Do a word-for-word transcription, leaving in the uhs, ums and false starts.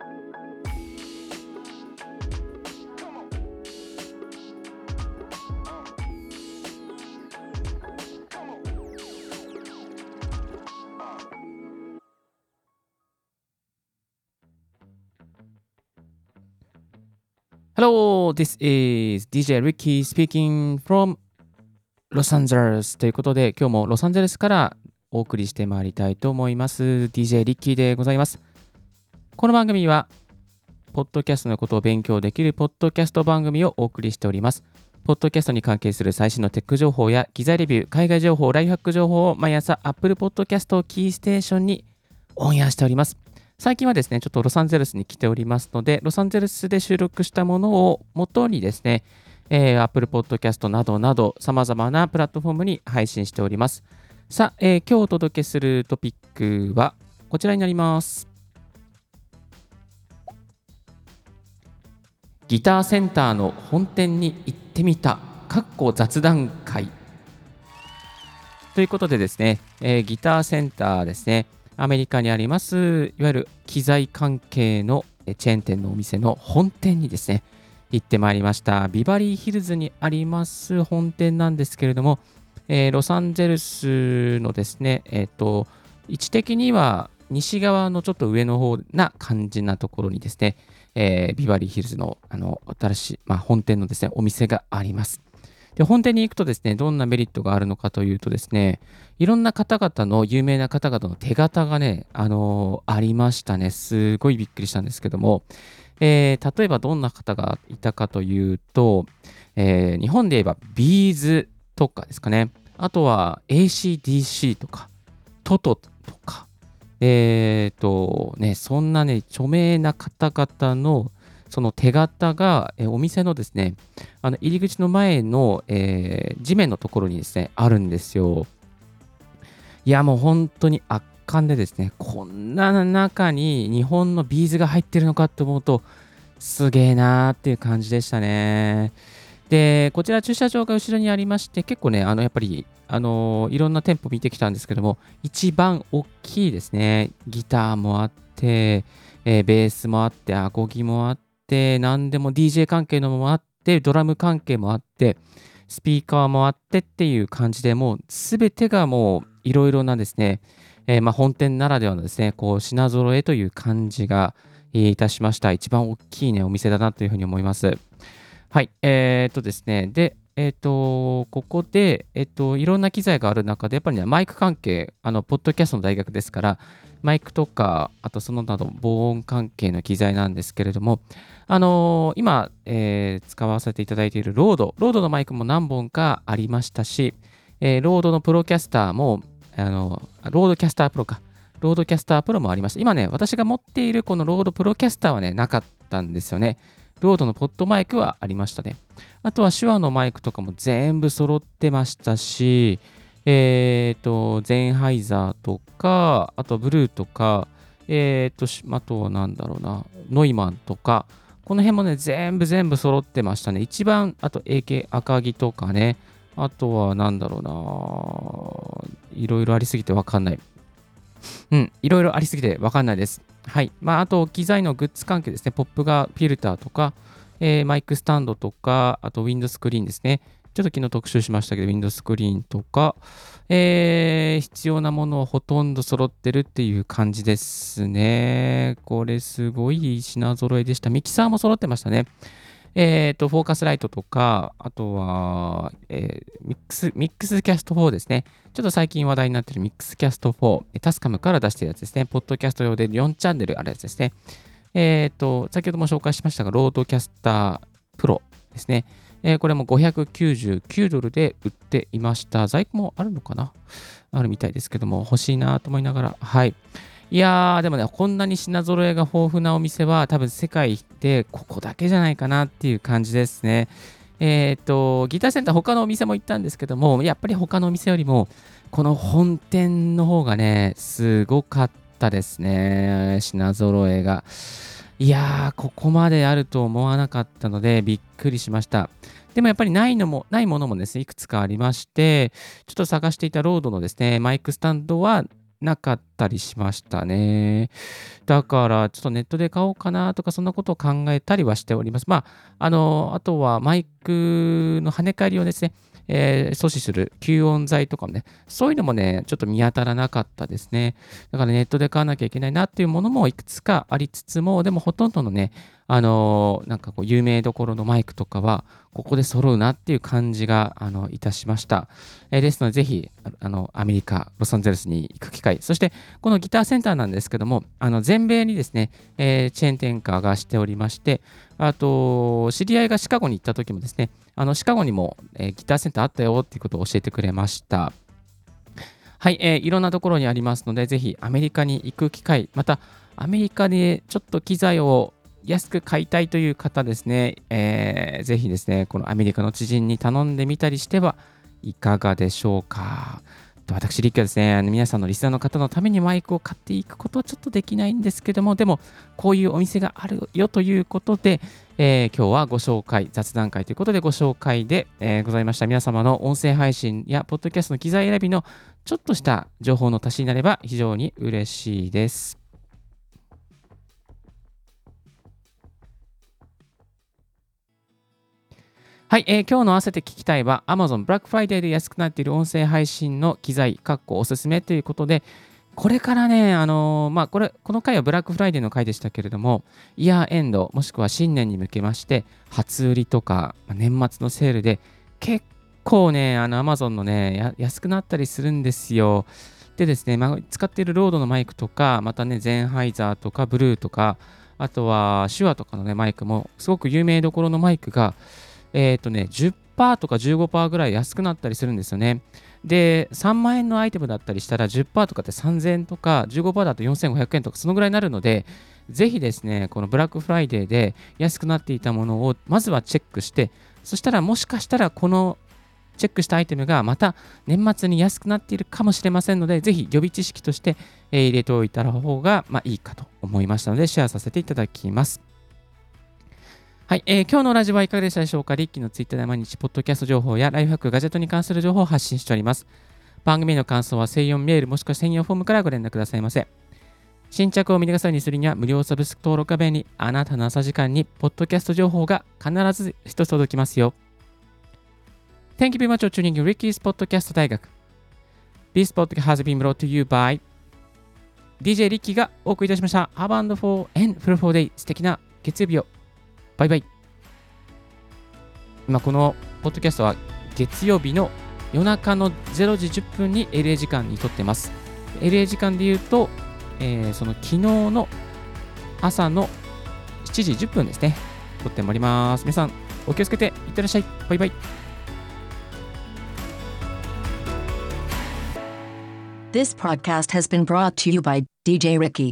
Hello, this is ディージェー Ricky speaking from Los Angeles ということで、今日もロサンゼルスからお送りしてまいりたいと思います。ディージェー Ricky でございます。この番組は、ポッドキャストのことを勉強できるポッドキャスト番組をお送りしております。ポッドキャストに関係する最新のテック情報や機材レビュー、海外情報、ライフハック情報を毎朝 Apple Podcast をキーステーションにオンエアしております。最近はですね、ちょっとロサンゼルスに来ておりますので、ロサンゼルスで収録したものを元にですね、えー、Apple Podcast などなど様々なプラットフォームに配信しております。さあ、えー、今日お届けするトピックはこちらになります。ギターセンターの本店に行ってみた、かっこ雑談会。ということでですね、えー、ギターセンターですね、アメリカにあります、いわゆる機材関係のチェーン店のお店の本店にですね、行ってまいりました。ビバリーヒルズにあります本店なんですけれども、えー、ロサンゼルスのですね、えっと、位置的には西側のちょっと上の方な感じなところにですね、えー、ビバリーヒルズのあの新しい、まあ、本店のですね、お店があります。で、本店に行くとですね、どんなメリットがあるのかというとですね、いろんな方々の、有名な方々の手形がね、あのーありましたね。すごいびっくりしたんですけども、えー例えばどんな方がいたかというと、えー日本で言えばビーズとかですかね。あとは エーシーディーシー とか、トトとか、えっとね、そんなね、著名な方々のその手形が、え、お店のですね、あの入り口の前の、えー地面のところにですね、あるんですよ。いや、もう本当に圧巻でですね、こんな中に日本のビーズが入ってるのかって思うと、すげえなーっていう感じでしたね。で、こちら駐車場が後ろにありまして、結構ね、あの、やっぱり、あの、いろんな店舗見てきたんですけども、一番大きいですね、ギターもあって、えーベースもあって、アコギもあって、なんでも ディージェー 関係のもあって、ドラム関係もあって、スピーカーもあってっていう感じで、もう全てがもういろいろなですね、えーまあ、本店ならではのですね、こう品揃えという感じがえーいたしました。一番大きいね、お店だなというふうに思います。はい、えーっとですね、で、えーっと、ここで、えーっと、いろんな機材がある中で、やっぱりね、マイク関係、あの、ポッドキャストの大学ですから、マイクとか、あとその他の防音関係の機材なんですけれども、あのー今、えー使わせていただいているロード、ロードのマイクも何本かありましたし、えーロードのプロキャスターも、あの、ロードキャスタープロか、ロードキャスタープロもありました。今ね、私が持っているこのロードプロキャスターはね、なかったんですよね。ロードのポッドマイクはありましたね。あとは手話のマイクとかも全部揃ってましたし、えっと、ゼンハイザーとか、あとブルーとか、えっと、しあとはなんだろうな、ノイマンとか、この辺もね、全部全部揃ってましたね。一番、あと エーケー 赤木とかね、あとはなんだろうな、いろいろありすぎてわかんない。うん、いろいろありすぎてわかんないです。はい。まあ、あと、機材のグッズ関係ですね。ポップがフィルターとか、えーマイクスタンドとか、あと、ウィンドスクリーンですね。ちょっと昨日特集しましたけど、ウィンドスクリーンとか、えー必要なものをほとんど揃ってるっていう感じですね。これすごい品揃えでした。ミキサーも揃ってましたね。えっと、フォーカスライトとか、あとは、えーミックス、ミックスキャストフォーですね。ちょっと最近話題になっているミックスキャストフォー、えタスカムから出しているやつですね。ポッドキャスト用でよんチャンネルあるやつですね。えっと、先ほども紹介しましたが、ロードキャスタープロですね。えーこれもごひゃくきゅうじゅうきゅうドルで売っていました。在庫もあるのかなあるみたいですけども、欲しいなと思いながら、はい。いやー、でもね、こんなに品揃えが豊富なお店は、多分世界でここだけじゃないかなっていう感じですね。えっと、ギターセンター、他のお店も行ったんですけども、やっぱり他のお店よりも、この本店の方がね、すごかったですね。品揃えが。いやー、ここまであると思わなかったので、びっくりしました。でもやっぱりないのも、ないものもですね、いくつかありまして、ちょっと探していたロードのですね、マイクスタンドはなかったりしましたね。だからちょっとネットで買おうかなとかそんなことを考えたりはしております。まあ、あの、あとはマイクの跳ね返りをですね、えー阻止する吸音材とかもね、そういうのもね、ちょっと見当たらなかったですね。だからネットで買わなきゃいけないなっていうものもいくつかありつつも、でもほとんどのね、あのーなんかこう有名どころのマイクとかは、ここで揃うなっていう感じが、あの、いたしました。えーですので、ぜひ、ああの、アメリカ、ロサンゼルスに行く機会、そして、このギターセンターなんですけども、あの、全米にですね、えーチェーン展開がしておりまして、あと、知り合いがシカゴに行った時もですね、あの、シカゴにも、えーギターセンターあったよっていうことを教えてくれました。はい、えーいろんなところにありますので、ぜひアメリカに行く機会、またアメリカでちょっと機材を安く買いたいという方ですね、えーぜひですね、このアメリカの知人に頼んでみたりしてはいかがでしょうか。と私、リックはですね、あの皆さんのリスナーの方のためにマイクを買っていくことはちょっとできないんですけども、でも、こういうお店があるよということで、えー今日はご紹介、雑談会ということでご紹介で、えーございました。皆様の音声配信やポッドキャストの機材選びのちょっとした情報の足しになれば非常に嬉しいです。はい、えー今日の合わせて聞きたいは Amazon Black Friday で安くなっている音声配信の機材、かっこおすすめということで、これからね、あのーまあ、これ、この回はブラックフライデーの回でしたけれども、イヤーエンド、もしくは新年に向けまして、初売りとか、まあ年末のセールで、結構ね、あの、Amazon のね、や安くなったりするんですよ。でですね、まあ、使っているロードのマイクとか、またね、ゼンハイザーとか、ブルーとか、あとは、手話とかのね、マイクも、すごく有名どころのマイクが、えっとね、じゅっパーセントとかじゅうごパーセントぐらい安くなったりするんですよね。で、さんまん円のアイテムだったりしたらじゅっパーセントとかってさんぜんえんとか、じゅうごパーセントだとよんせんごひゃくえんとか、そのぐらいになるので、ぜひですね、このブラックフライデーで安くなっていたものをまずはチェックして、そしたらもしかしたらこのチェックしたアイテムがまた年末に安くなっているかもしれませんので、ぜひ予備知識として、えー入れておいた方が、まあ、いいかと思いましたので、シェアさせていただきます。はい、えー今日のラジオはいかがでしたでしょうか。リッキーのツイッターで毎日、ポッドキャスト情報やライフハック、ガジェットに関する情報を発信しております。番組への感想は専用メールもしくは専用フォームからご連絡くださいませ。新着を見逃さずにするには無料サブスク登録が便利。あなたの朝時間にポッドキャスト情報が必ず一つ届きますよ。Thank you very much for tuning in Ricky's Podcast 大学。This podcast has been brought to you by ディージェー リッキーがお送りいたしました。Have a wonderful and fruitful day。素敵な月曜日を。バイバイ。今このポッドキャストは月曜日の夜中のれいじじゅっぷんに エルエー 時間に撮ってます。エルエー 時間で言うと、えーその昨日の朝のしちじじゅっぷんですね。撮ってまいります。皆さんお気をつけていってらっしゃい。バイバイ。 This podcast has been brought to you by ディージェー Ricky.